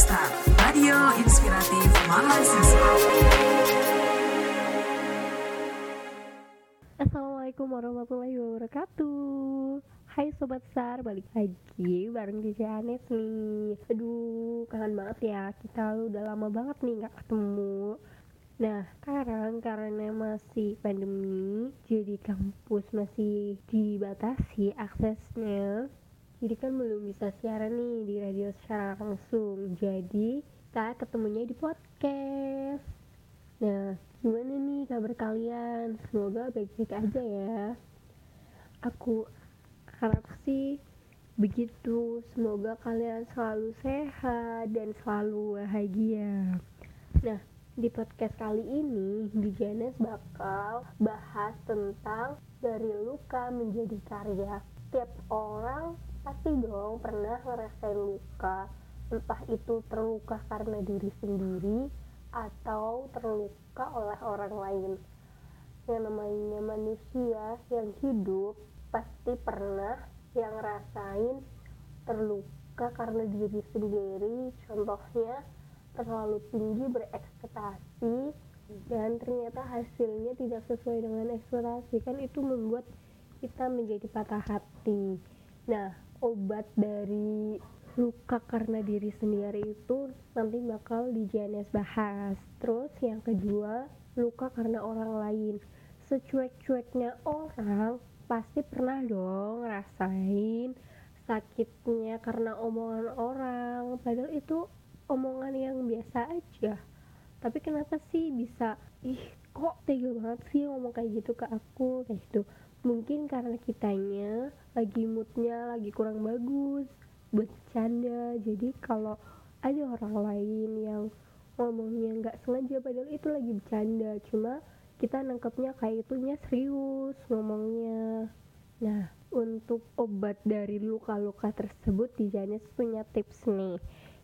Star, radio inspiratif mahasiswa. Assalamualaikum warahmatullahi wabarakatuh. Hai Sobat Star, balik lagi bareng DJ Anes nih. Aduh, kangen banget ya, kita udah lama banget nih gak ketemu. Nah, sekarang karena masih pandemi, jadi kampus masih dibatasi aksesnya. Jadi kan belum bisa siaran nih di radio secara langsung. Jadi kita ketemunya di podcast. Nah, gimana nih kabar kalian? Semoga baik-baik aja ya. Aku harap sih begitu. Semoga kalian selalu sehat dan selalu bahagia. Nah, di podcast kali ini di Janes bakal bahas tentang dari luka menjadi karya. Tiap orang pasti dong pernah ngerasain luka, entah itu terluka karena diri sendiri atau terluka oleh orang lain. Yang namanya manusia yang hidup pasti pernah yang ngerasain terluka karena diri sendiri. Contohnya terlalu tinggi berekspektasi dan ternyata hasilnya tidak sesuai dengan ekspektasi, kan itu membuat kita menjadi patah hati. Nah, obat dari luka karena diri sendiri itu nanti bakal di JNS bahas. Terus yang kedua, luka karena orang lain. Secuek-cueknya orang pasti pernah dong ngerasain sakitnya karena omongan orang, padahal itu omongan yang biasa aja. Tapi kenapa sih bisa kok tega banget sih ngomong kayak gitu ke aku, kayak gitu. Mungkin karena kitanya lagi moodnya lagi kurang bagus buat bercanda. Jadi kalau ada orang lain yang ngomongnya nggak sengaja padahal itu lagi bercanda, cuma kita nangkepnya kayak itunya serius ngomongnya. Nah, untuk obat dari luka-luka tersebut Dijanes punya tips nih.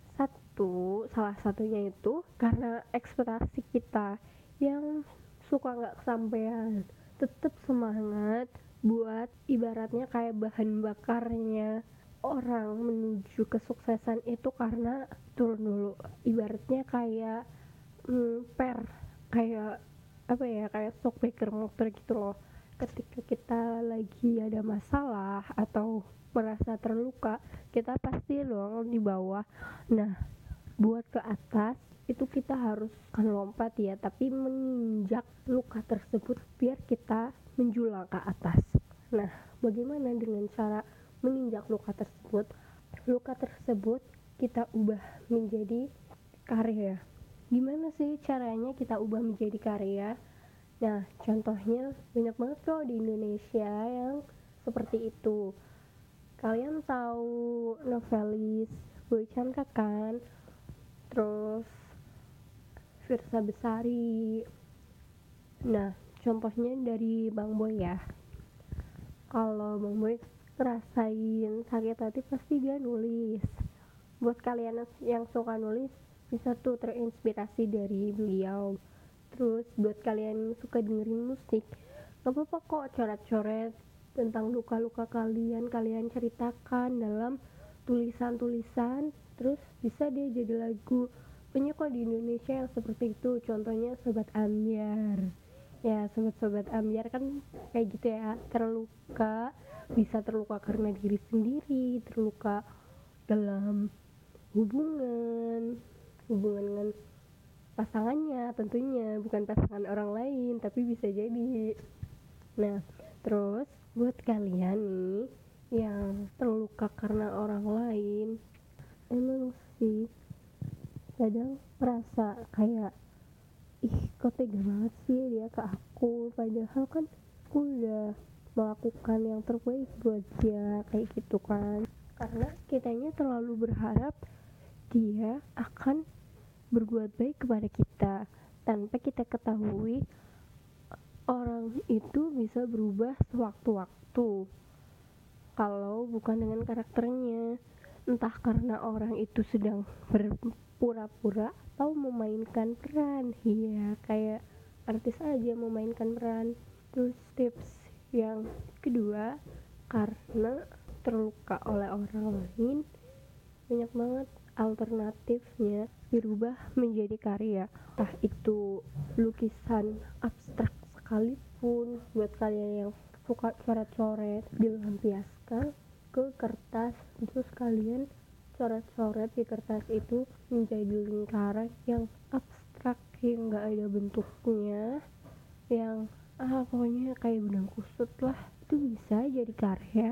Salah satunya itu karena ekspektasi kita yang suka nggak kesampaian. Tetap semangat buat ibaratnya kayak bahan bakarnya orang menuju kesuksesan itu, karena turun dulu ibaratnya kayak kayak apa ya, kayak shock breaker motor gitu loh. Ketika kita lagi ada masalah atau merasa terluka, kita pasti dong di bawah. Nah, buat ke atas itu kita harus kan lompat ya, tapi menginjak luka tersebut biar kita menjulang ke atas. Nah, bagaimana dengan cara menginjak luka tersebut? Luka tersebut kita ubah menjadi karya. Gimana sih caranya kita ubah menjadi karya? Nah, contohnya banyak banget kok di Indonesia yang seperti itu. Kalian tahu novelis Boy Chandra kan? Terus Firsa Besari. Nah, contohnya dari Bang Boy ya. Kalau Bang Boy ngerasain sakit hati pasti dia nulis. Buat kalian yang suka nulis bisa tuh terinspirasi dari beliau. Terus buat kalian yang suka dengerin musik, gak apa-apa kok coret-coret tentang luka-luka kalian ceritakan dalam tulisan-tulisan, terus bisa deh jadi lagu. Banyak kok di Indonesia yang seperti itu, contohnya Sobat Ambyar. Ya, sobat-sobat Ambyar kan kayak gitu ya, terluka, bisa terluka karena diri sendiri, terluka dalam hubungan dengan pasangannya, tentunya bukan pasangan orang lain, tapi bisa jadi. Nah, terus buat kalian nih yang terluka karena orang lain, emang sih kadang merasa kayak kok tega banget sih dia ke aku, padahal kan aku udah melakukan yang terbaik buat dia, kayak gitu kan. Karena kitanya terlalu berharap dia akan berbuat baik kepada kita, tanpa kita ketahui orang itu bisa berubah sewaktu-waktu kalau bukan dengan karakternya. Entah karena orang itu sedang berpura-pura atau memainkan peran, ya kayak artis aja memainkan peran. Terus tips yang kedua, karena terluka oleh orang lain, banyak banget alternatifnya dirubah menjadi karya, entah itu lukisan abstrak sekalipun. Buat kalian yang suka coret-coret, dilampiaskan ke kertas, terus kalian coret-coret di kertas itu menjadi lingkaran yang abstrak, yang gak ada bentuknya, yang pokoknya kayak benang kusut lah. Itu bisa jadi karya.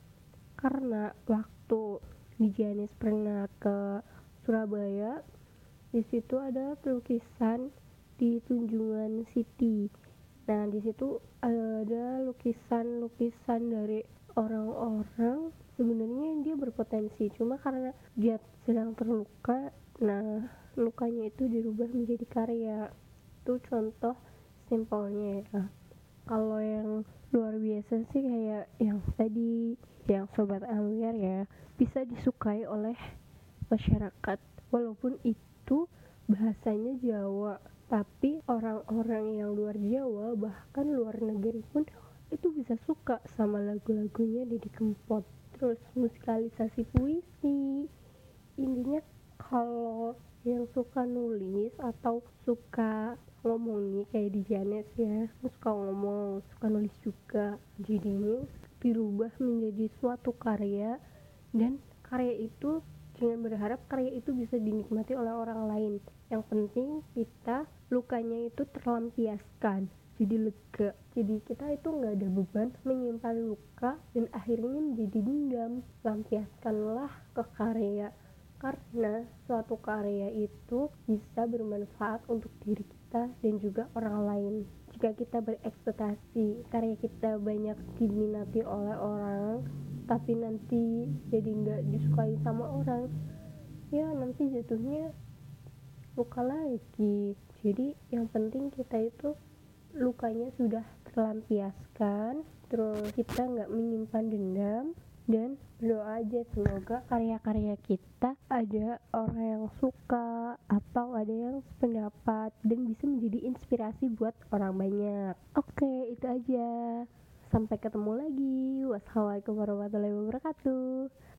Karena waktu di Janis pernah ke Surabaya, di situ ada lukisan di Tunjungan City. Nah, di situ ada lukisan-lukisan dari orang-orang. Sebenarnya dia berpotensi, cuma karena dia sedang terluka, nah lukanya itu dirubah menjadi karya. Itu contoh simpelnya ya. Kalau yang luar biasa sih kayak yang tadi, yang Sobat Amir ya, bisa disukai oleh masyarakat walaupun itu bahasanya Jawa, tapi orang-orang yang luar Jawa bahkan luar negeri pun itu bisa suka sama lagu-lagunya Didi Kempot. Terus musikalisasi puisi. Intinya kalau yang suka nulis atau suka ngomong nih kayak di Janes ya, suka ngomong, suka nulis juga, jadinya dirubah menjadi suatu karya. Dan karya itu, jangan berharap karya itu bisa dinikmati oleh orang lain. Yang penting kita lukanya itu terlampiaskan, jadi lega. Jadi kita itu nggak ada beban menyimpan luka dan akhirnya menjadi dendam. Lampiaskanlah ke karya, karena suatu karya itu bisa bermanfaat untuk diri kita dan juga orang lain. Jika kita berekspektasi karya kita banyak diminati oleh orang, tapi nanti jadi nggak disukai sama orang, ya nanti jatuhnya luka lagi. Jadi yang penting kita itu lukanya sudah terlampiaskan, terus kita nggak menyimpan dendam, dan berdoa aja semoga karya-karya kita ada orang yang suka atau ada yang pendapat dan bisa menjadi inspirasi buat orang banyak. Oke, itu aja. Sampai ketemu lagi. Wassalamualaikum warahmatullahi wabarakatuh.